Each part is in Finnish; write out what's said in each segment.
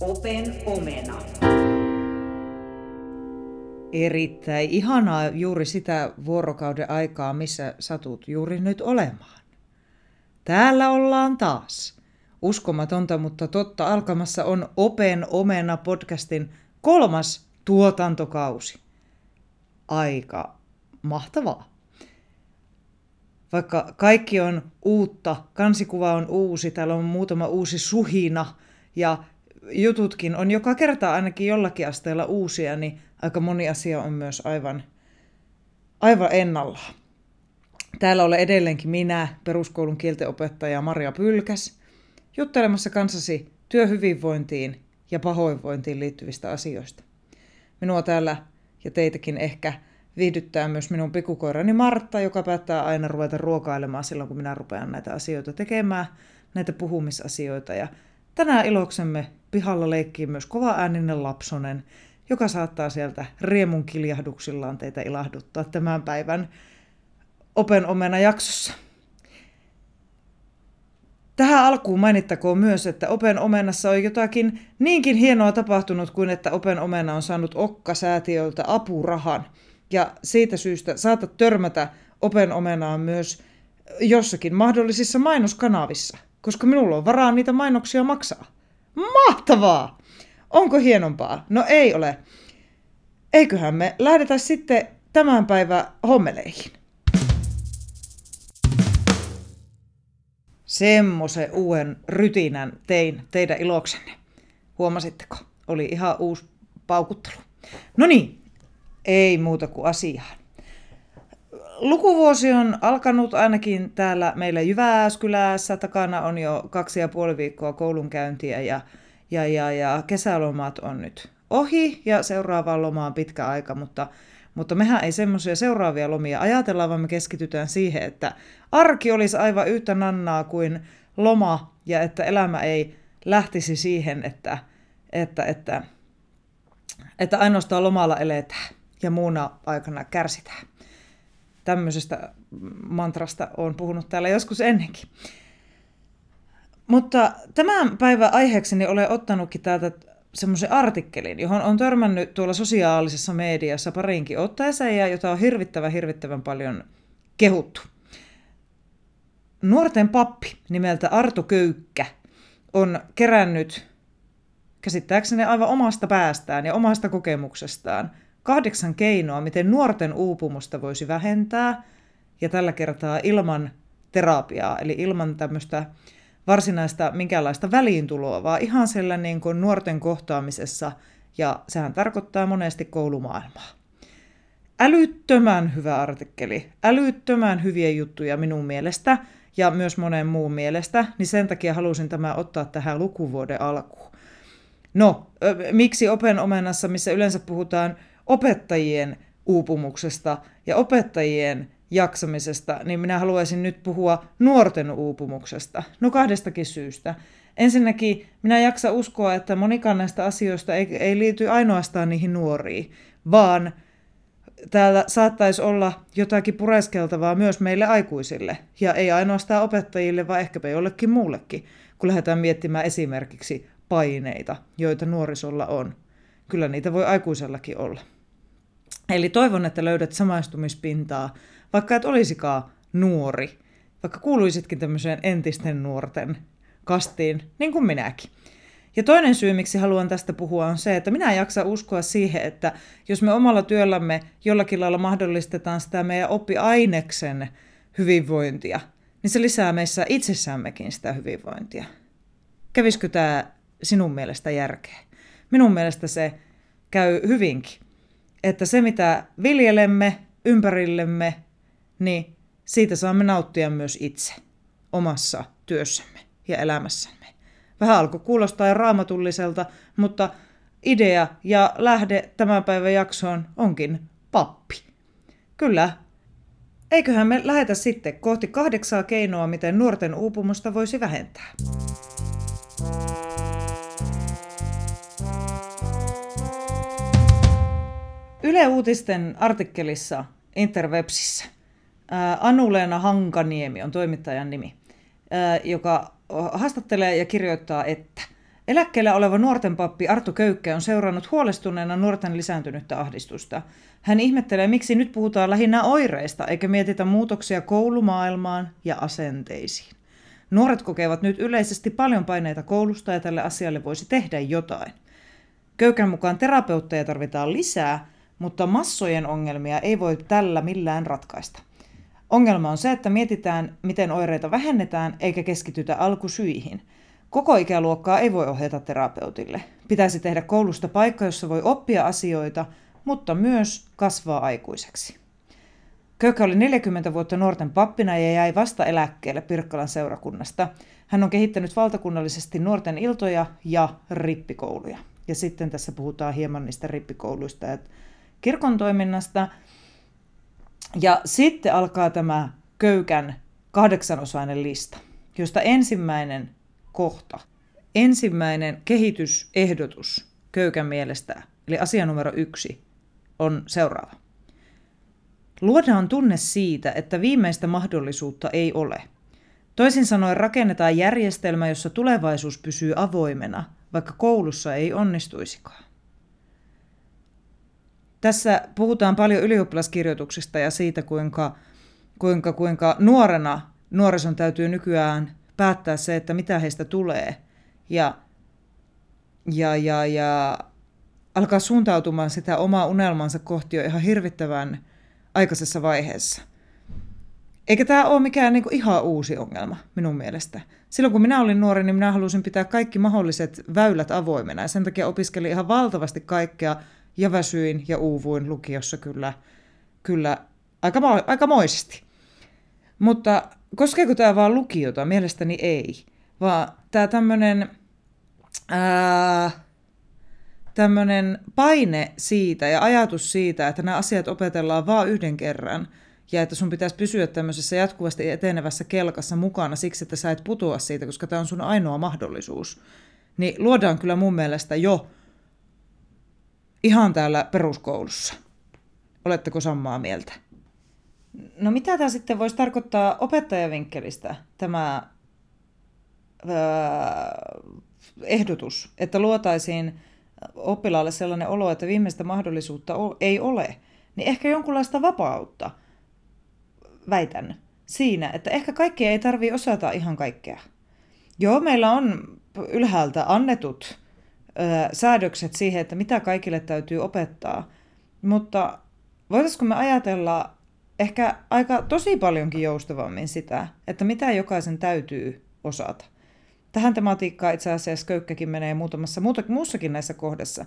Open omena. Erittäin ihanaa juuri sitä vuorokauden aikaa, missä satut juuri nyt olemaan. Täällä ollaan taas. Uskomatonta, mutta totta, alkamassa on Open omena podcastin 3. tuotantokausi. Aika mahtavaa. Vaikka kaikki on uutta, kansikuva on uusi, täällä on muutama uusi suhina ja jututkin on joka kerta ainakin jollakin asteella uusia, niin aika moni asia on myös aivan ennallaan. Täällä olen edelleenkin minä, peruskoulun kieltenopettaja Maria Pylkäs, juttelemassa kanssasi työhyvinvointiin ja pahoinvointiin liittyvistä asioista. Minua täällä ja teitäkin ehkä viihdyttää myös minun pikkukoirani Martta, joka päättää aina ruveta ruokailemaan silloin, kun minä rupean näitä asioita tekemään, näitä puhumisasioita. Ja tänään iloksemme pihalla leikkii myös kovaääninen lapsonen, joka saattaa sieltä riemun kiljahduksillaan teitä ilahduttaa tämän päivän Open omena jaksossa. Tähän alkuun mainittakoon myös, että Open omenassa on jotakin niinkin hienoa tapahtunut kuin että Open omena on saanut Okka-säätiöltä apurahan. Ja siitä syystä saatat törmätä Open omenaan myös jossakin mahdollisissa mainoskanavissa, koska minulla on varaa niitä mainoksia maksaa. Mahtavaa! Onko hienompaa? No ei ole. Eiköhän me lähdetä sitten tämän päivän hommeleihin. Semmoisen uuden rytinän tein teidän iloksenne. Huomasitteko? Oli ihan uusi paukuttelu. No niin, ei muuta kuin asiaan. Lukuvuosi on alkanut ainakin täällä meillä Jyväskylässä. Takana on jo 2,5 viikkoa koulunkäyntiä ja kesälomat on nyt ohi ja seuraavaan lomaan pitkä aika, mutta mehän ei semmoisia seuraavia lomia ajatella, vaan me keskitytään siihen, että arki olisi aivan yhtä nannaa kuin loma ja että elämä ei lähtisi siihen, että ainoastaan lomalla eletään ja muuna aikana kärsitään. Tämmöisestä mantrasta olen puhunut täällä joskus ennenkin. Mutta tämän päivän aiheekseni olen ottanutkin täältä semmoisen artikkelin, johon on törmännyt tuolla sosiaalisessa mediassa parinkin otteeseen ja jota on hirvittävän paljon kehuttu. Nuorten pappi nimeltä Arto Köykkä on kerännyt käsittääkseni aivan omasta päästään ja omasta kokemuksestaan 8 keinoa, miten nuorten uupumusta voisi vähentää, ja tällä kertaa ilman terapiaa, eli ilman tämmöistä varsinaista minkäänlaista väliintuloa, vaan ihan sellainen niin kuin nuorten kohtaamisessa, ja sehän tarkoittaa monesti koulumaailmaa. Älyttömän hyvä artikkeli, älyttömän hyviä juttuja minun mielestä, ja myös monen muun mielestä, niin sen takia halusin tämän ottaa tähän lukuvuoden alkuun. No, miksi Open omenassa, missä yleensä puhutaan opettajien uupumuksesta ja opettajien jaksamisesta, niin minä haluaisin nyt puhua nuorten uupumuksesta. No 2 syystä. Ensinnäkin minä jaksa uskoa, että monikaan näistä asioista ei liity ainoastaan niihin nuoriin, vaan täällä saattaisi olla jotakin pureskeltavaa myös meille aikuisille. Ja ei ainoastaan opettajille, vaan ehkäpä jollekin muullekin, kun lähdetään miettimään esimerkiksi paineita, joita nuorisolla on. Kyllä niitä voi aikuisellakin olla. Eli toivon, että löydät samaistumispintaa, vaikka et olisikaan nuori, vaikka kuuluisitkin tämmöiseen entisten nuorten kastiin, niin kuin minäkin. Ja toinen syy, miksi haluan tästä puhua, on se, että minä en jaksa uskoa siihen, että jos me omalla työllämme jollakin lailla mahdollistetaan sitä meidän oppiaineksen hyvinvointia, niin se lisää meissä itsessämmekin sitä hyvinvointia. Kävisikö tämä sinun mielestä järkeä? Minun mielestä se käy hyvinkin. Että se, mitä viljelemme ympärillemme, niin siitä saamme nauttia myös itse omassa työssämme ja elämässämme. Vähän alkoi kuulostaa jo raamatulliselta, mutta idea ja lähde tämän päivän jaksoon onkin pappi. Kyllä, eiköhän me lähetä sitten kohti 8 keinoa, miten nuorten uupumusta voisi vähentää. Yle Uutisten artikkelissa Interwebsissä Anu-Leena Hankaniemi on toimittajan nimi, joka haastattelee ja kirjoittaa, että Eläkkeellä oleva nuorten pappi Arto Köykkä on seurannut huolestuneena nuorten lisääntynyttä ahdistusta. Hän ihmettelee, miksi nyt puhutaan lähinnä oireista, eikä mietitä muutoksia koulumaailmaan ja asenteisiin. Nuoret kokevat nyt yleisesti paljon paineita koulusta ja tälle asialle voisi tehdä jotain. Köykän mukaan terapeutteja tarvitaan lisää, mutta massojen ongelmia ei voi tällä millään ratkaista. Ongelma on se, että mietitään, miten oireita vähennetään, eikä keskitytä alkusyihin. Koko ikäluokkaa ei voi ohjata terapeutille. Pitäisi tehdä koulusta paikka, jossa voi oppia asioita, mutta myös kasvaa aikuiseksi. Köykkä oli 40 vuotta nuorten pappina ja jäi vasta eläkkeelle Pirkkalan seurakunnasta. Hän on kehittänyt valtakunnallisesti nuorten iltoja ja rippikouluja. Ja sitten tässä puhutaan hieman niistä rippikouluista ja kirkon toiminnasta. Ja sitten alkaa tämä Köykän 8-osainen lista, josta ensimmäinen kohta, ensimmäinen kehitysehdotus Köykän mielestä, eli asia numero 1, on seuraava. Luodaan tunne siitä, että viimeistä mahdollisuutta ei ole. Toisin sanoen rakennetaan järjestelmä, jossa tulevaisuus pysyy avoimena, vaikka koulussa ei onnistuisikaan. Tässä puhutaan paljon ylioppilaskirjoituksista ja siitä, kuinka nuorena nuorison täytyy nykyään päättää se, että mitä heistä tulee. Ja alkaa suuntautumaan sitä omaa unelmansa kohti jo ihan hirvittävän aikaisessa vaiheessa. Eikä tämä ole mikään ihan uusi ongelma minun mielestä. Silloin kun minä olin nuori, niin minä halusin pitää kaikki mahdolliset väylät avoimena. Ja sen takia opiskelin ihan valtavasti kaikkea ja väsyin ja uuvuin lukiossa kyllä aikamoisesti. Mutta koskeeko tämä vaan lukiota? Mielestäni ei. Vaan tämä tämmöinen paine siitä ja ajatus siitä, että nämä asiat opetellaan vaan yhden kerran ja että sun pitäisi pysyä tämmöisessä jatkuvasti etenevässä kelkassa mukana siksi, että sä et putoa siitä, koska tämä on sun ainoa mahdollisuus, niin luodaan kyllä mun mielestä jo ihan täällä peruskoulussa. Oletteko samaa mieltä? No mitä tämä sitten voisi tarkoittaa opettajavinkkelistä, tämä ehdotus, että luotaisiin oppilaalle sellainen olo, että viimeistä mahdollisuutta ei ole, niin ehkä jonkunlaista vapautta, väitän, siinä, että ehkä kaikkia ei tarvitse osata ihan kaikkea. Joo, meillä on ylhäältä annetut säädökset siihen, että mitä kaikille täytyy opettaa, mutta voitaisiinko me ajatella ehkä aika tosi paljonkin joustavammin sitä, että mitä jokaisen täytyy osata. Tähän tematiikkaan itse asiassa Köykkäkin menee muutamassa muussakin näissä kohdassa,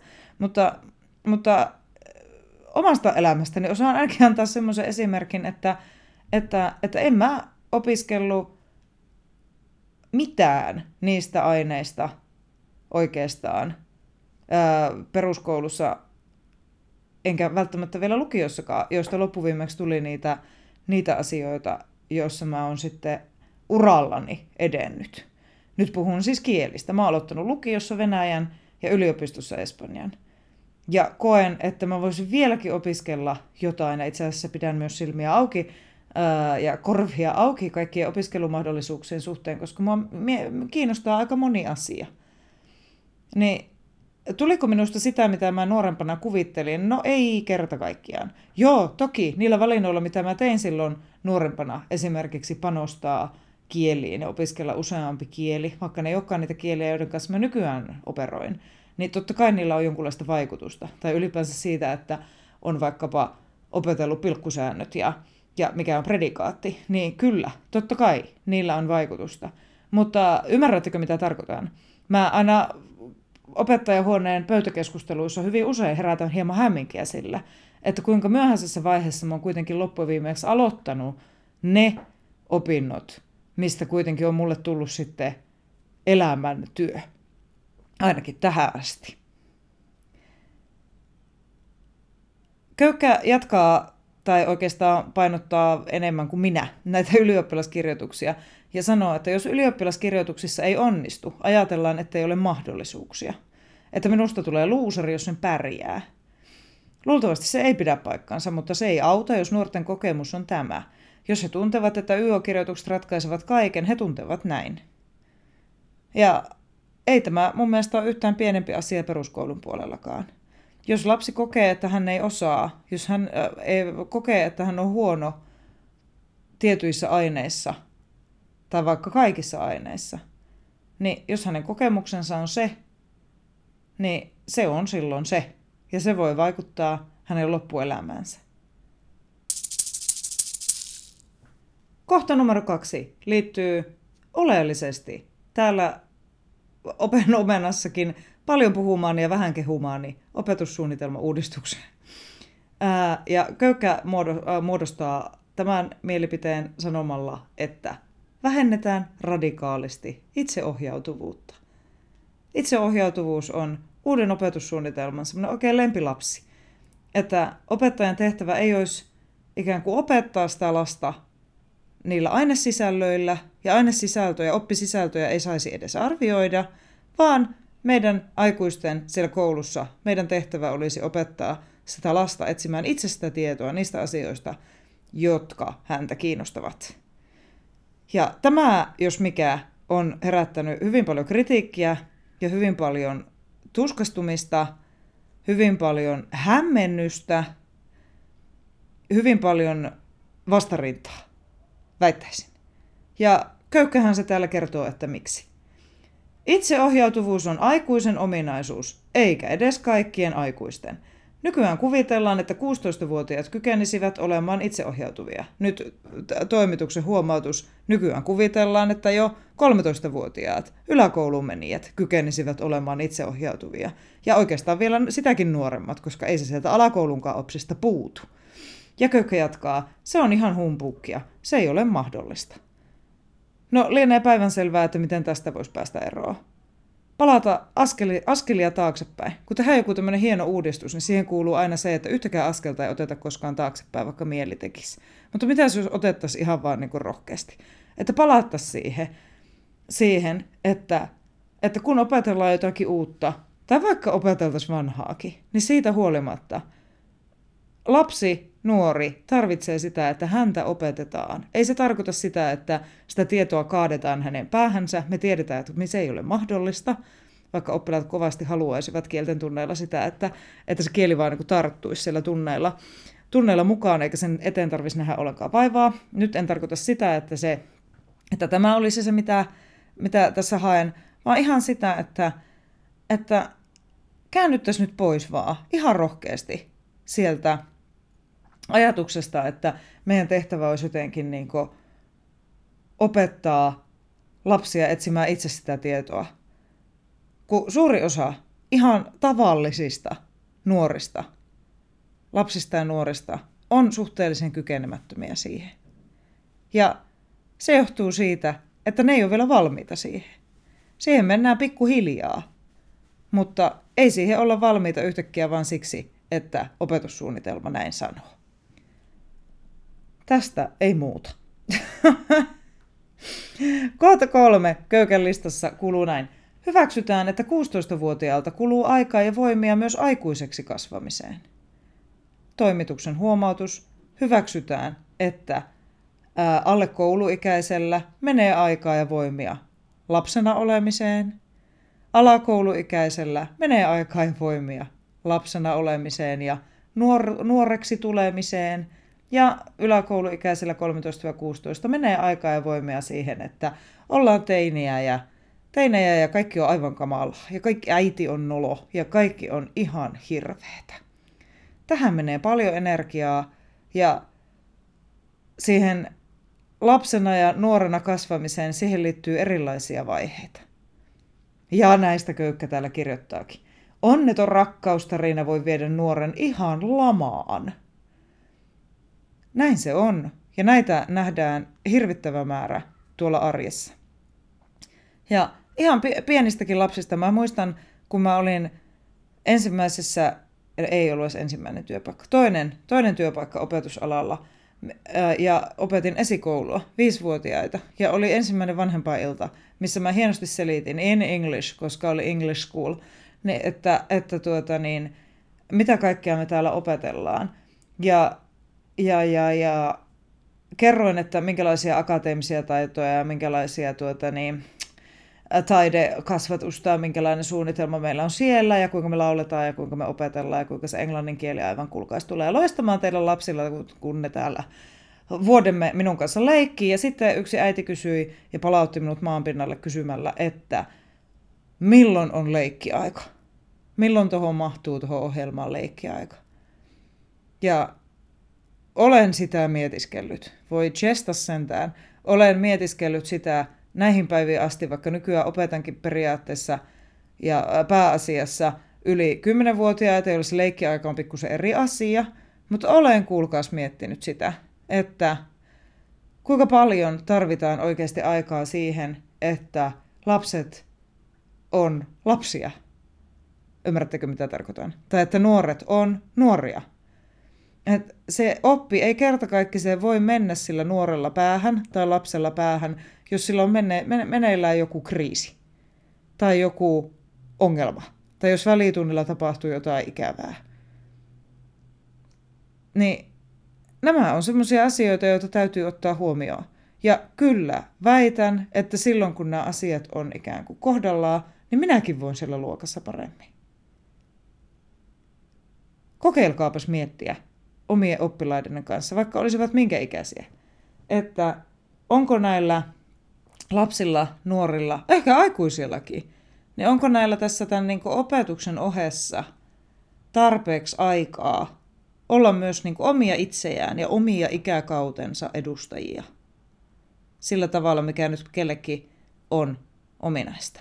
mutta omasta elämästäni osaan ainakin antaa semmoisen esimerkin, että en mä opiskellut mitään niistä aineista oikeastaan peruskoulussa, enkä välttämättä vielä lukiossakaan, joista loppuviimeksi tuli niitä asioita, joissa mä oon sitten urallani edennyt. Nyt puhun siis kielistä. Mä oon aloittanut lukiossa venäjän ja yliopistossa espanjan. Ja koen, että mä voisin vieläkin opiskella jotain, ja itse asiassa pidän myös silmiä auki ja korvia auki kaikkien opiskelumahdollisuuksien suhteen, koska mua kiinnostaa aika moni asia. Niin tuliko minusta sitä, mitä mä nuorempana kuvittelin? No ei kerta kaikkiaan. Joo, toki niillä valinnoilla, mitä mä tein silloin nuorempana, esimerkiksi panostaa kieliin ja opiskella useampi kieli, vaikka ne ei olekaan niitä kieliä, joiden kanssa mä nykyään operoin, niin totta kai niillä on jonkunlaista vaikutusta. Tai ylipäänsä siitä, että on vaikkapa opetellut pilkkusäännöt ja mikä on predikaatti, niin kyllä, totta kai niillä on vaikutusta. Mutta ymmärrättekö, mitä tarkoitan? Mä aina opettajahuoneen pöytäkeskusteluissa hyvin usein herätän hieman hämminkiä sillä, että kuinka myöhäisessä vaiheessa mä oon kuitenkin loppuviimeksi aloittanut ne opinnot, mistä kuitenkin on mulle tullut sitten elämäntyö. Ainakin tähän asti. Köykkä jatkaa, tai oikeastaan painottaa enemmän kuin minä, näitä ylioppilaskirjoituksia, ja sanoo, että jos ylioppilaskirjoituksissa ei onnistu, ajatellaan, että ei ole mahdollisuuksia. Että minusta tulee luuseri, jos sen pärjää. Luultavasti se ei pidä paikkaansa, mutta se ei auta, jos nuorten kokemus on tämä. Jos he tuntevat, että YO-kirjoitukset ratkaisevat kaiken, he tuntevat näin. Ja ei tämä mun mielestä ole yhtään pienempi asia peruskoulun puolellakaan. Jos lapsi kokee, että hän ei osaa, jos hän kokee, että hän on huono tietyissä aineissa, tai vaikka kaikissa aineissa, niin jos hänen kokemuksensa on se, niin se on silloin se. Ja se voi vaikuttaa hänen loppuelämäänsä. Kohta numero 2 liittyy oleellisesti täällä Open Omenassakin paljon puhumaan ja vähän kehumaani opetussuunnitelman uudistukseen. Ja Köykkä muodostaa tämän mielipiteen sanomalla, että vähennetään radikaalisti itseohjautuvuutta. Itseohjautuvuus on uuden opetussuunnitelman semmoinen oikein lempilapsi. Että opettajan tehtävä ei olisi ikään kuin opettaa sitä lasta niillä ainesisällöillä, ja ainesisältöjä, oppisisältöjä ei saisi edes arvioida, vaan meidän aikuisten siellä koulussa, meidän tehtävä olisi opettaa sitä lasta etsimään itsestä tietoa niistä asioista, jotka häntä kiinnostavat. Ja tämä, jos mikä, on herättänyt hyvin paljon kritiikkiä ja hyvin paljon tuskastumista, hyvin paljon hämmennystä, hyvin paljon vastarintaa, väittäisin. Ja Köykkähän se täällä kertoo, että miksi. Itseohjautuvuus on aikuisen ominaisuus, eikä edes kaikkien aikuisten. Nykyään kuvitellaan, että 16-vuotiaat kykenisivät olemaan itseohjautuvia. Nyt toimituksen huomautus. Nykyään kuvitellaan, että jo 13-vuotiaat yläkouluun menijät kykenisivät olemaan itseohjautuvia. Ja oikeastaan vielä sitäkin nuoremmat, koska ei se sieltä alakoulunkaan opsista puutu. Ja Köykkä jatkaa, se on ihan humpuukia, se ei ole mahdollista. No lienee päivänselvää, että miten tästä voisi päästä eroon. Palata askelia taaksepäin. Kun tehdään joku tämmöinen hieno uudistus, niin siihen kuuluu aina se, että yhtäkään askelta ei oteta koskaan taaksepäin, vaikka mieli tekisi. Mutta mitä jos otettaisiin ihan vaan niin kuin rohkeasti? Että palattaisiin siihen että kun opetellaan jotakin uutta, tai vaikka opeteltaisiin vanhaakin, niin siitä huolimatta lapsi, nuori tarvitsee sitä, että häntä opetetaan. Ei se tarkoita sitä, että sitä tietoa kaadetaan hänen päähänsä. Me tiedetään, että se ei ole mahdollista, vaikka oppilaat kovasti haluaisivat kielten tunneilla sitä, että se kieli vaan niin tarttuisi siellä tunneilla mukaan, eikä sen eteen tarvitsisi nähdä ollenkaan vaivaa. Nyt en tarkoita sitä, että tämä olisi se, mitä tässä haen, vaan ihan sitä, että käännyttäisiin nyt pois vaan ihan rohkeasti sieltä ajatuksesta, että meidän tehtävä olisi jotenkin niin kuin opettaa lapsia etsimään itse sitä tietoa. Kun suuri osa ihan tavallisista nuorista, lapsista ja nuorista, on suhteellisen kykenemättömiä siihen. Ja se johtuu siitä, että ne ei ole vielä valmiita siihen. Siihen mennään pikkuhiljaa, mutta ei siihen olla valmiita yhtäkkiä vain siksi, että opetussuunnitelma näin sanoo. Tästä ei muuta. Kohta 3 Köykän listassa kuluu näin. Hyväksytään, että 16-vuotiaalta kuluu aikaa ja voimia myös aikuiseksi kasvamiseen. Toimituksen huomautus. Hyväksytään, että alle kouluikäisellä menee aikaa ja voimia lapsena olemiseen. Alakouluikäisellä menee aikaa ja voimia lapsena olemiseen ja nuoreksi tulemiseen. Ja yläkouluikäisellä 13-16 menee aikaa ja voimia siihen, että ollaan teinejä ja kaikki on aivan kamalaa. Ja kaikki äiti on nolo ja kaikki on ihan hirveetä. Tähän menee paljon energiaa ja siihen lapsena ja nuorena kasvamiseen siihen liittyy erilaisia vaiheita. Ja näistä Köykkä täällä kirjoittaakin. Onneton rakkaustarina voi viedä nuoren ihan lamaan. Näin se on, ja näitä nähdään hirvittävä määrä tuolla arjessa. Ja ihan pienistäkin lapsista, mä muistan, kun mä olin ensimmäisessä, ei ollut edes ensimmäinen työpaikka, toinen työpaikka opetusalalla, ja opetin esikoulua 5-vuotiaita, ja oli ensimmäinen vanhempainilta, missä mä hienosti selitin in English, koska oli English school, niin että mitä kaikkea me täällä opetellaan. Ja kerroin, että minkälaisia akateemisia taitoja ja minkälaisia taidekasvatusta, minkälainen suunnitelma meillä on siellä ja kuinka me lauletaan ja kuinka me opetellaan ja kuinka se englannin kieli aivan kuulkaas tulee loistamaan teidän lapsilla, kun ne täällä vuodemme minun kanssa leikkii. Ja sitten yksi äiti kysyi ja palautti minut maanpinnalle kysymällä, että milloin on leikkiaika? Milloin tuohon mahtuu tuohon ohjelmaan leikkiaika? Ja olen sitä mietiskellyt. Voi chesta sentään. Olen mietiskellyt sitä näihin päiviin asti, vaikka nykyään opetankin periaatteessa ja pääasiassa yli 10-vuotiaita, joilla se leikkiaika on pikkusen eri asia. Mutta olen kuulkaas miettinyt sitä, että kuinka paljon tarvitaan oikeasti aikaa siihen, että lapset on lapsia. Ymmärrättekö, mitä tarkoitan? Tai että nuoret on nuoria. Et se oppi ei kertakaikkiseen voi mennä sillä nuorella päähän tai lapsella päähän, jos sillä on meneillään joku kriisi tai joku ongelma. Tai jos välitunnilla tapahtuu jotain ikävää. Niin nämä on sellaisia asioita, joita täytyy ottaa huomioon. Ja kyllä, väitän, että silloin kun nämä asiat on ikään kuin kohdallaan, niin minäkin voin siellä luokassa paremmin. Kokeilkaapas miettiä omien oppilaiden kanssa, vaikka olisivat minkä ikäisiä, että onko näillä lapsilla, nuorilla, ehkä aikuisillakin, niin onko näillä tässä tämän niin kuin opetuksen ohessa tarpeeksi aikaa olla myös niin kuin omia itseään ja omia ikäkautensa edustajia sillä tavalla, mikä nyt kellekin on ominaista.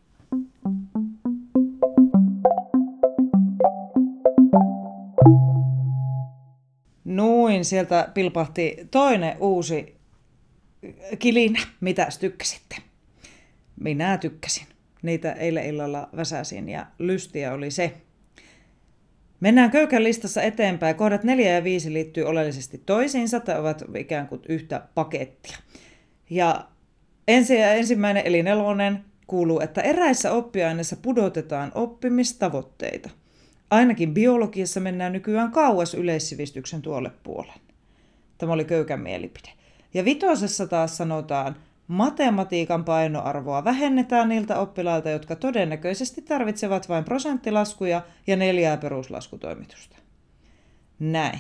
Noin, sieltä pilpahti toinen uusi kilinä. Mitäs tykkäsitte? Minä tykkäsin. Niitä eilen illalla väsäsin ja lystiä oli se. Mennään Köykän listassa eteenpäin. Kohdat 4 ja 5 liittyy oleellisesti toisiinsa tai ovat ikään kuin yhtä pakettia. Ja ensimmäinen eli 4 kuuluu, että eräissä oppiaineissa pudotetaan oppimistavoitteita. Ainakin biologiassa mennään nykyään kauas yleissivistyksen tuolle puolen. Tämä oli Köykän mielipide. Ja 5 taas sanotaan, matematiikan painoarvoa vähennetään niiltä oppilailta, jotka todennäköisesti tarvitsevat vain prosenttilaskuja ja 4 peruslaskutoimitusta. Näin.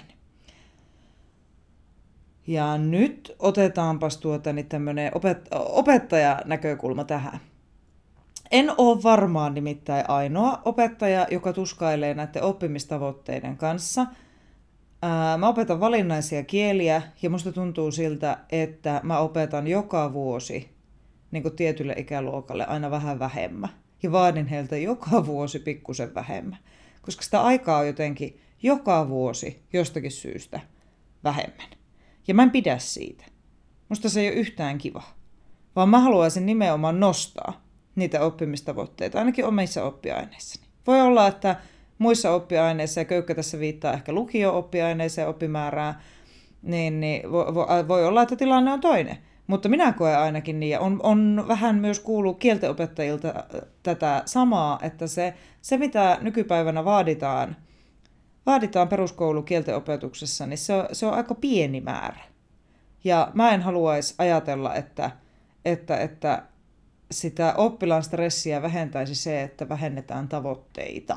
Ja nyt otetaanpas tämmöinen opettajanäkökulma tähän. En ole varmaan nimittäin ainoa opettaja, joka tuskailee näiden oppimistavoitteiden kanssa. Mä opetan valinnaisia kieliä ja musta tuntuu siltä, että mä opetan joka vuosi niin kuin tietylle ikäluokalle aina vähän vähemmän. Ja vaadin heiltä joka vuosi pikkusen vähemmän. Koska sitä aikaa on jotenkin joka vuosi jostakin syystä vähemmän. Ja mä en pidä siitä. Musta se ei ole yhtään kiva. Vaan mä haluaisin nimenomaan nostaa niitä oppimistavoitteita, ainakin omissa oppiaineissani. Voi olla, että muissa oppiaineissa, ja Köykkä tässä viittaa ehkä lukio-oppiaineeseen oppimäärää, niin voi olla, että tilanne on toinen. Mutta minä koen ainakin niin, ja on vähän myös kuullut kieltenopettajilta tätä samaa, että se mitä nykypäivänä vaaditaan peruskoulu kieltenopetuksessa, niin se on aika pieni määrä. Ja mä en haluaisi ajatella, että sitä oppilaan stressiä vähentäisi se, että vähennetään tavoitteita.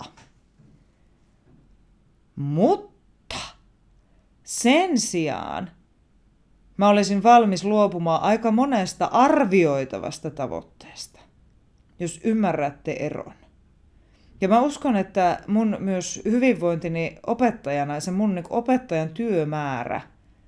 Mutta sen sijaan mä olisin valmis luopumaan aika monesta arvioitavasta tavoitteesta, jos ymmärrätte eron. Ja mä uskon, että mun myös hyvinvointini opettajana ja se mun opettajan työmäärä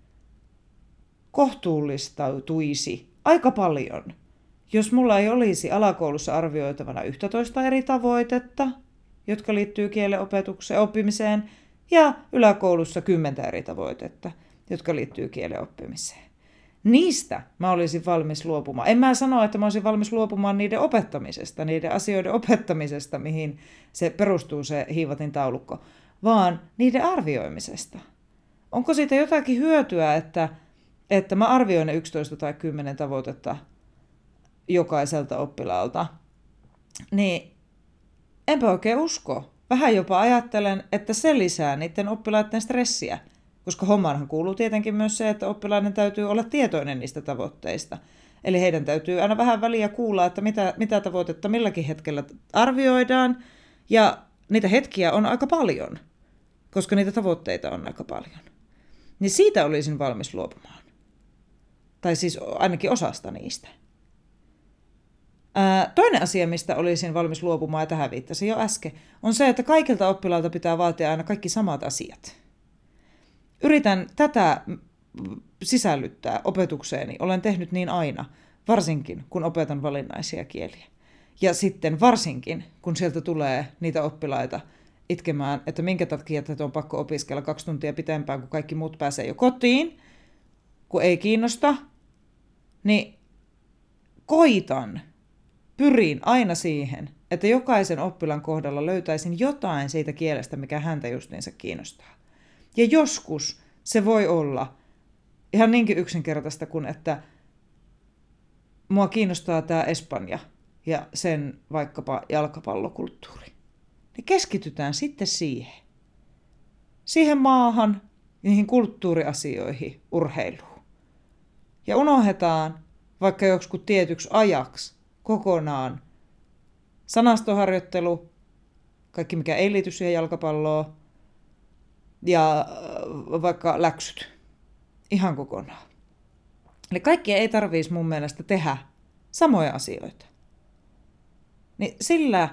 kohtuullistautuisi aika paljon, jos mulla ei olisi alakoulussa arvioitavana 11 eri tavoitetta, jotka liittyy kielen opetukseen, oppimiseen, ja yläkoulussa 10 eri tavoitetta, jotka liittyy kielen oppimiseen. Niistä mä olisin valmis luopumaan. En mä sano, että mä olisin valmis luopumaan niiden opettamisesta, niiden asioiden opettamisesta, mihin se perustuu se hiivatin taulukko, vaan niiden arvioimisesta. Onko siitä jotakin hyötyä, että mä arvioin ne 11 tai 10 tavoitetta jokaiselta oppilaalta, niin enpä oikein usko. Vähän jopa ajattelen, että se lisää niiden oppilaiden stressiä, koska hommaanhan kuuluu tietenkin myös se, että oppilaiden täytyy olla tietoinen niistä tavoitteista. Eli heidän täytyy aina vähän väliä kuulla, että mitä tavoitetta milläkin hetkellä arvioidaan. Ja niitä hetkiä on aika paljon, koska niitä tavoitteita on aika paljon. Niin siitä olisin valmis luopumaan. Tai siis ainakin osasta niistä. Toinen asia, mistä olisin valmis luopumaan, ja tähän viittasin jo äsken, on se, että kaikilta oppilailta pitää vaatia aina kaikki samat asiat. Yritän tätä sisällyttää opetukseeni. Olen tehnyt niin aina, varsinkin kun opetan valinnaisia kieliä. Ja sitten varsinkin, kun sieltä tulee niitä oppilaita itkemään, että minkä takia tätä on pakko opiskella 2 tuntia pitempään, kun kaikki muut pääsee jo kotiin, kun ei kiinnosta, niin pyrin aina siihen, että jokaisen oppilaan kohdalla löytäisin jotain siitä kielestä, mikä häntä justiinsa kiinnostaa. Ja joskus se voi olla ihan niinkin yksinkertaista kuin, että mua kiinnostaa tämä Espanja ja sen vaikkapa jalkapallokulttuuri. Niin keskitytään sitten siihen. Siihen maahan, niihin kulttuuriasioihin, urheiluun. Ja unohdetaan vaikka joskus tietyksi ajaksi kokonaan sanastoharjoittelu, kaikki mikä ei liity siihen jalkapalloon, ja vaikka läksyt. Ihan kokonaan. Eli kaikkia ei tarvitsisi mun mielestä tehdä samoja asioita. Niin sillä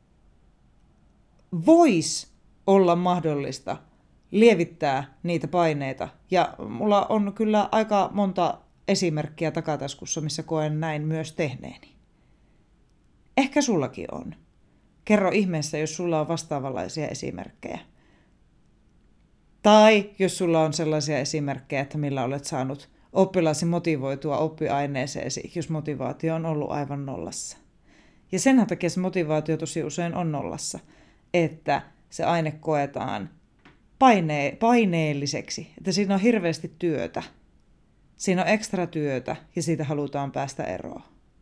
voisi olla mahdollista lievittää niitä paineita. Ja mulla on kyllä aika monta esimerkkiä takataskussa, missä koen näin myös tehneeni. Ehkä sullakin on. Kerro ihmeessä, jos sulla on vastaavanlaisia esimerkkejä. Tai jos sulla on sellaisia esimerkkejä, että millä olet saanut oppilaasi motivoitua oppiaineeseesi, jos motivaatio on ollut aivan nollassa. Ja sen takia se motivaatio tosi usein on nollassa, että se aine koetaan paineelliseksi, että siinä on hirveästi työtä. Siinä on ekstra työtä ja siitä halutaan päästä eroon.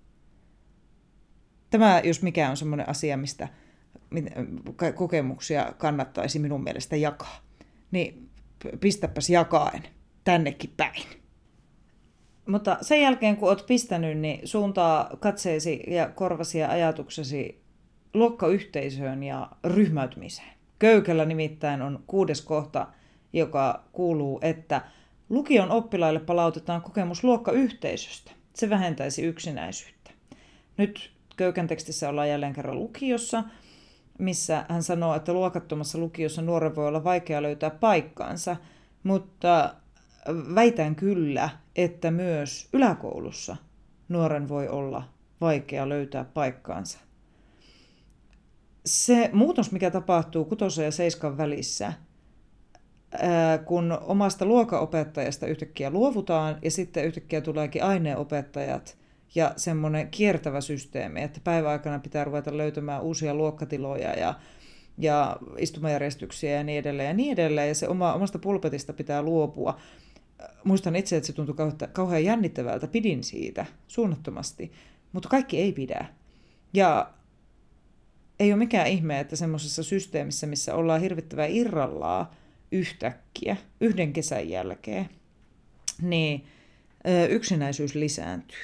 Tämä, jos mikä, on semmoinen asia, mistä kokemuksia kannattaisi minun mielestä jakaa. Niin pistäpäs jakaen tännekin päin. Mutta sen jälkeen, kun olet pistänyt, niin suuntaa katseesi ja korvasi ja ajatuksesi luokkayhteisöön ja ryhmäytymiseen. Köykällä nimittäin on 6. kohta, joka kuuluu, että lukion oppilaille palautetaan kokemus luokkayhteisöstä. Se vähentäisi yksinäisyyttä. Nyt Köykän tekstissä ollaan jälleen kerran lukiossa, missä hän sanoo, että luokattomassa lukiossa nuoren voi olla vaikea löytää paikkaansa, mutta väitän kyllä, että myös yläkoulussa nuoren voi olla vaikea löytää paikkaansa. Se muutos, mikä tapahtuu 6. ja 7. välissä, kun omasta luokanopettajasta yhtäkkiä luovutaan ja sitten yhtäkkiä tuleekin aineenopettajat ja semmoinen kiertävä systeemi, että päiväaikana pitää ruveta löytämään uusia luokkatiloja ja istumajärjestyksiä ja niin edelleen. Ja se omasta pulpetista pitää luopua. Muistan itse, että se tuntui kauhean jännittävältä. Pidin siitä suunnattomasti, mutta kaikki ei pidä. Ja ei ole mikään ihme, että semmoisessa systeemissä, missä ollaan hirvittävän irrallaan yhtäkkiä, 1 kesän jälkeen, niin yksinäisyys lisääntyy.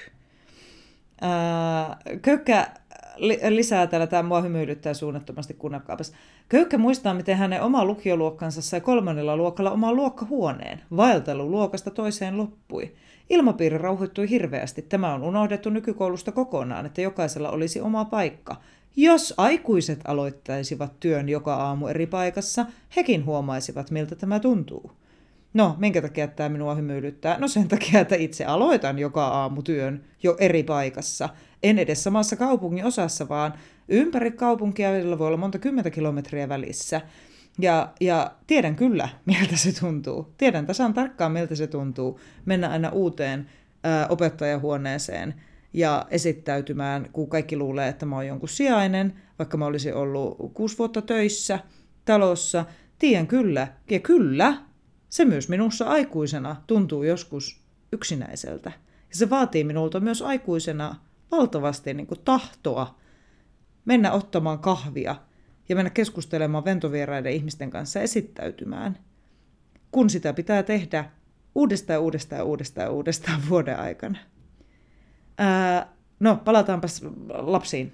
Köykkä lisää täällä, tämä mua hymyilyttää suunnattomasti, kuunnelkaapas. Köykkä muistaa, miten hänen oma lukioluokkansa sai 3. luokalla oman luokkahuoneen. Vaeltelu luokasta toiseen loppui. Ilmapiiri rauhoittui hirveästi. Tämä on unohdettu nykykoulusta kokonaan, että jokaisella olisi oma paikka. Jos aikuiset aloittaisivat työn joka aamu eri paikassa, hekin huomaisivat, miltä tämä tuntuu. No, minkä takia tämä minua hymyilyttää? No sen takia, että itse aloitan joka aamu työn jo eri paikassa. En edes samassa kaupungin osassa, vaan ympäri kaupunkia voi olla monta 10 kilometriä välissä. Ja tiedän kyllä, miltä se tuntuu. Tiedän tasan tarkkaan, miltä se tuntuu mennä aina uuteen opettajahuoneeseen ja esittäytymään, kun kaikki luulee, että mä oon jonkun sijainen, vaikka mä olisin ollut 6 vuotta töissä talossa. Tiedän kyllä, ja kyllä, se myös minussa aikuisena tuntuu joskus yksinäiseltä. Ja se vaatii minulta myös aikuisena valtavasti niin kuin tahtoa mennä ottamaan kahvia ja mennä keskustelemaan ventovieraiden ihmisten kanssa esittäytymään, kun sitä pitää tehdä uudestaan vuoden aikana. No, palataanpas lapsiin.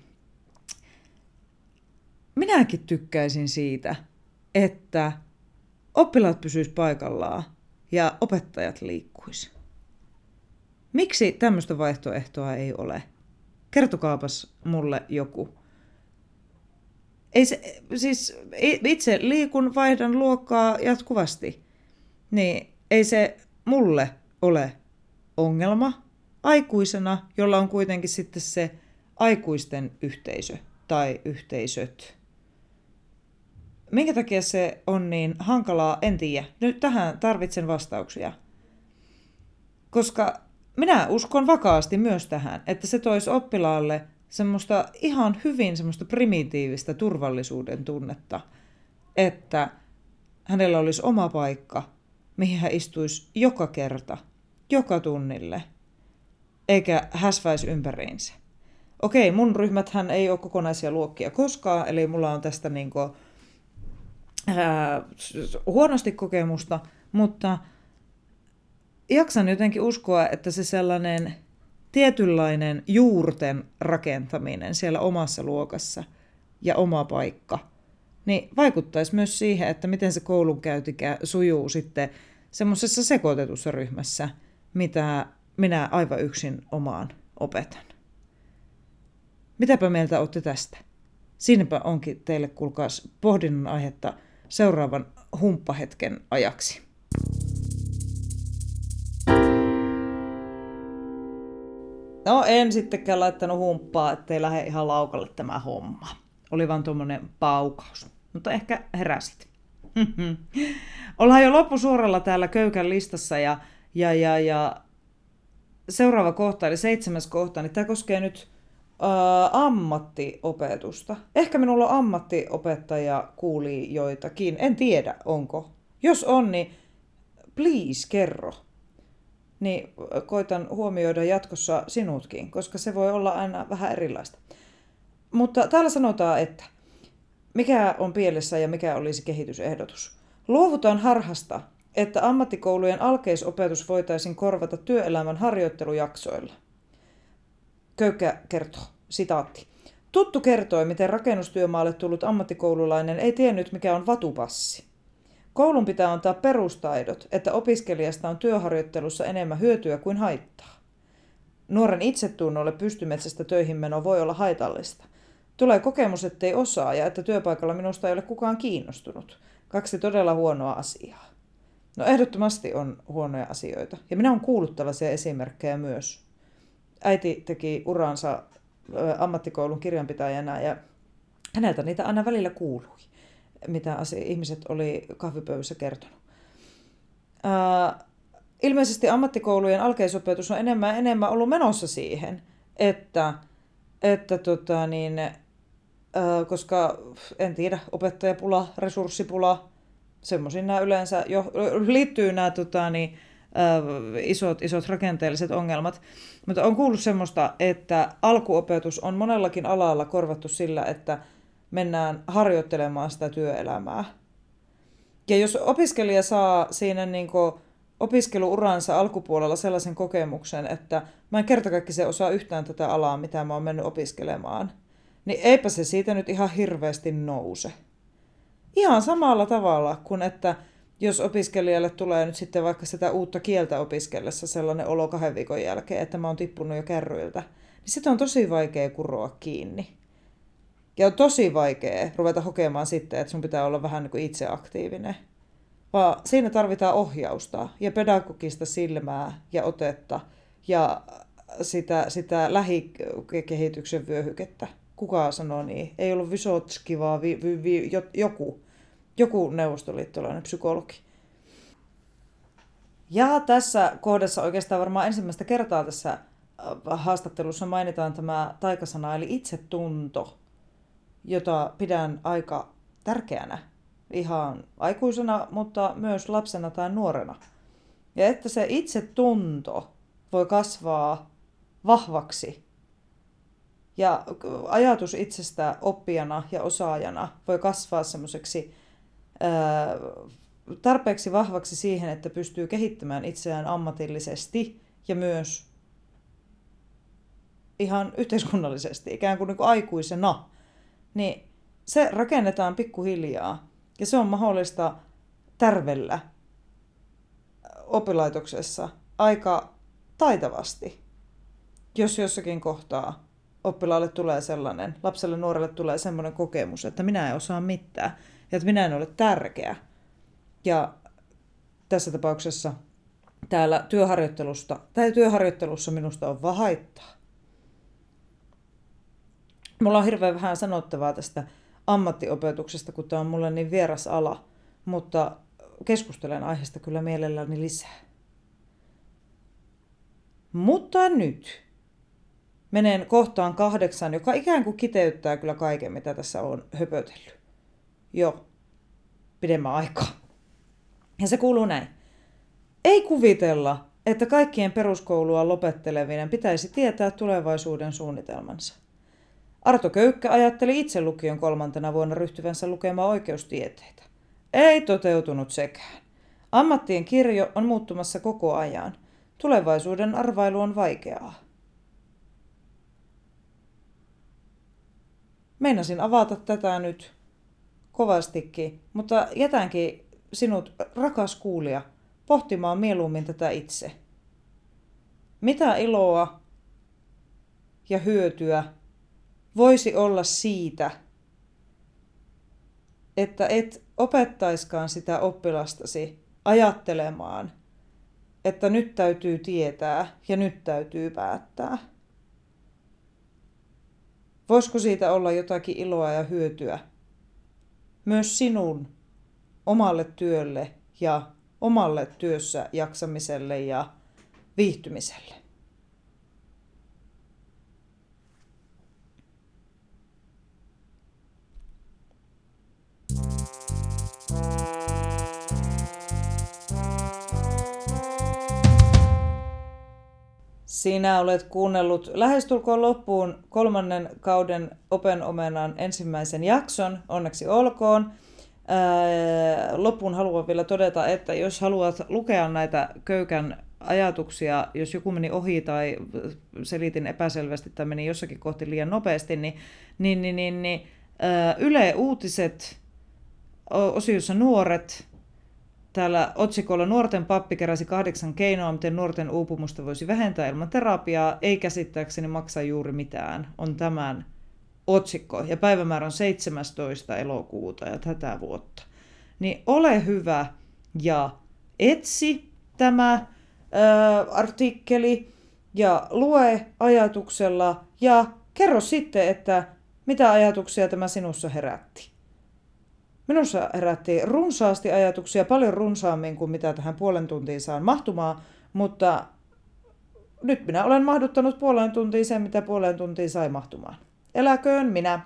Minäkin tykkäisin siitä, että oppilaat pysyis paikallaan ja opettajat liikkuis. Miksi tämmöistä vaihtoehtoa ei ole? Kertokaapas mulle joku. Ei se, siis itse liikun, vaihdan luokkaa jatkuvasti. Niin ei se mulle ole ongelma aikuisena, jolla on kuitenkin sitten se aikuisten yhteisö tai yhteisöt. Minkä takia se on niin hankalaa, en tiedä. Nyt tähän tarvitsen vastauksia. Koska minä uskon vakaasti myös tähän, että se toisi oppilaalle semmoista ihan hyvin semmoista primitiivistä turvallisuuden tunnetta, että hänellä olisi oma paikka, mihin hän istuisi joka kerta, joka tunnille, eikä häsväisi ympäriinsä. Okei, mun ryhmäthän ei ole kokonaisia luokkia koskaan, eli mulla on tästä huonosti kokemusta, mutta jaksan jotenkin uskoa, että se sellainen tietynlainen juurten rakentaminen siellä omassa luokassa ja oma paikka, niin vaikuttaisi myös siihen, että miten se koulunkäynti sujuu sitten semmoisessa sekoitetussa ryhmässä, mitä minä aivan yksin omaan opetan. Mitäpä mieltä olette tästä? Siinäpä onkin teille, kuulkaas, pohdinnan aihetta seuraavan humppahetken ajaksi. No, en sittenkään laittanut humppaa, ettei lähde ihan laukalle tämä homma. Oli vaan tuommoinen paukaus. Mutta ehkä heräsit. Ollaan jo loppusuoralla täällä Köykän listassa ja seuraava kohta, eli 7. kohta, niin tämä koskee nyt ammattiopetusta. Ehkä minulla on ammattiopettaja kuuli joitakin. En tiedä, onko. Jos on, niin please kerro. Niin koitan huomioida jatkossa sinutkin, koska se voi olla aina vähän erilaista. Mutta täällä sanotaan, että mikä on pielessä ja mikä olisi kehitysehdotus. Luovutaan harhasta, että ammattikoulujen alkeisopetus voitaisiin korvata työelämän harjoittelujaksoilla. Köykkä kertoo, sitaatti. Tuttu kertoi, miten rakennustyömaalle tullut ammattikoululainen ei tiennyt, mikä on vatupassi. Koulun pitää antaa perustaidot, että opiskelijasta on työharjoittelussa enemmän hyötyä kuin haittaa. Nuoren itsetunnolle pystymetsästä töihin meno voi olla haitallista. Tulee kokemus, ettei osaa ja että työpaikalla minusta ei ole kukaan kiinnostunut. 2 todella huonoa asiaa. No ehdottomasti on huonoja asioita. Ja minä olen kuullut tällaisia esimerkkejä myös. Äiti teki uransa ammattikoulun kirjanpitäjänä ja häneltä niitä aina välillä kuului, mitä ihmiset oli kahvipöydissä kertonut. Ilmeisesti ammattikoulujen alkeisopetus on enemmän ollut menossa siihen, että koska en tiedä, opettajapula, resurssipula, semmoisiin nämä yleensä liittyy nämä isot rakenteelliset ongelmat. Mutta on kuullut semmoista, että alkuopetus on monellakin alalla korvattu sillä, että mennään harjoittelemaan sitä työelämää. Ja jos opiskelija saa siinä opiskeluuransa alkupuolella sellaisen kokemuksen, että mä en kertakaikkisen osaa yhtään tätä alaa, mitä mä oon mennyt opiskelemaan, niin eipä se siitä nyt ihan hirveästi nouse. Ihan samalla tavalla kuin, että jos opiskelijalle tulee nyt sitten vaikka sitä uutta kieltä opiskellessa sellainen olo 2 viikon jälkeen, että mä oon tippunut jo kärryiltä, niin sitä on tosi vaikea kuroa kiinni. Ja on tosi vaikea ruveta hokemaan sitten, että sun pitää olla vähän niin kuin itseaktiivinen. Vaan siinä tarvitaan ohjausta ja pedagogista silmää ja otetta ja sitä lähikehityksen vyöhykettä. Kuka sanoo niin? Ei ollut Vysotski, vaan joku neuvostoliittolainen psykologi. Ja tässä kohdassa oikeastaan varmaan ensimmäistä kertaa tässä haastattelussa mainitaan tämä taikasana eli itsetunto, jota pidän aika tärkeänä ihan aikuisena, mutta myös lapsena tai nuorena. Ja että se itsetunto voi kasvaa vahvaksi ja ajatus itsestä oppijana ja osaajana voi kasvaa semmoiseksi tarpeeksi vahvaksi siihen, että pystyy kehittämään itseään ammatillisesti ja myös ihan yhteiskunnallisesti, ikään kuin, aikuisena, niin se rakennetaan pikkuhiljaa. Ja se on mahdollista tärvellä oppilaitoksessa aika taitavasti, jos jossakin kohtaa oppilaalle tulee sellainen, lapselle nuorelle tulee sellainen kokemus, että minä en osaa mitään ja että minä en ole tärkeä. Ja tässä tapauksessa täällä työharjoittelussa minusta on vaan haittaa. Mulla on hirveän vähän sanottavaa tästä ammattiopetuksesta, kun tämä on mulle niin vieras ala, mutta keskustelen aiheesta kyllä mielelläni lisää. Mutta nyt menen kohtaan 8, joka ikään kuin kiteyttää kyllä kaiken, mitä tässä on höpötellyt jo pidemmän aikaa. Ja se kuuluu näin. Ei kuvitella, että kaikkien peruskoulua lopettelevien pitäisi tietää tulevaisuuden suunnitelmansa. Arto Köykkä ajatteli itse lukion 3. vuonna ryhtyvänsä lukemaan oikeustieteitä. Ei toteutunut sekään. Ammattien kirjo on muuttumassa koko ajan. Tulevaisuuden arvailu on vaikeaa. Meinasin avata tätä nyt kovastikin, mutta jätänkin sinut, rakas kuulija, pohtimaan mieluummin tätä itse. Mitä iloa ja hyötyä voisi olla siitä, että et opettaiskaan sitä oppilastasi ajattelemaan, että nyt täytyy tietää ja nyt täytyy päättää? Voisiko siitä olla jotakin iloa ja hyötyä myös sinun omalle työlle ja omalle työssä jaksamiselle ja viihtymiselle? Sinä olet kuunnellut lähestulkoon loppuun 3. kauden Open Omenan ensimmäisen jakson. Onneksi olkoon. Loppuun haluan vielä todeta, että jos haluat lukea näitä Köykän ajatuksia, jos joku meni ohi tai selitin epäselvästi tai meni jossakin kohti liian nopeasti, niin Yle Uutiset osiossa nuoret. Täällä otsikolla Nuorten pappi keräsi 8 keinoa, miten nuorten uupumusta voisi vähentää ilman terapiaa, ei käsittääkseni maksa juuri mitään, on tämän otsikko. Ja päivämäärä on 17. elokuuta ja tätä vuotta. Niin ole hyvä ja etsi tämä artikkeli ja lue ajatuksella ja kerro sitten, että mitä ajatuksia tämä sinussa herätti. Minussa herätti runsaasti ajatuksia, paljon runsaammin kuin mitä tähän puolen tuntiin saan mahtumaan, mutta nyt minä olen mahduttanut puolen tuntiin sen, mitä puolen tuntiin sai mahtumaan. Eläköön minä.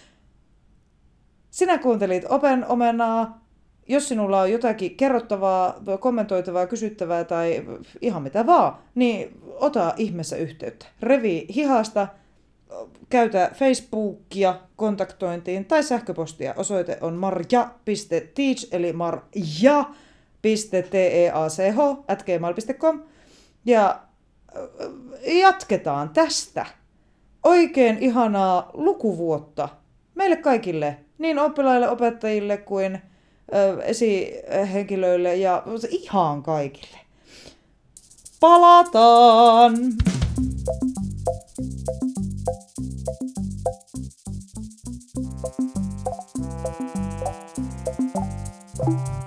Sinä kuuntelit Open Omenaa. Jos sinulla on jotakin kerrottavaa, kommentoitavaa, kysyttävää tai ihan mitä vaan, niin ota ihmeessä yhteyttä. Revi hihasta. Käytä Facebookia kontaktointiin tai sähköpostia. Osoite on marja.teach eli marja.teach@gmail.com ja jatketaan tästä. Oikein ihanaa lukuvuotta meille kaikille, niin oppilaille, opettajille kuin esihenkilöille ja ihan kaikille. Palataan! Thank you.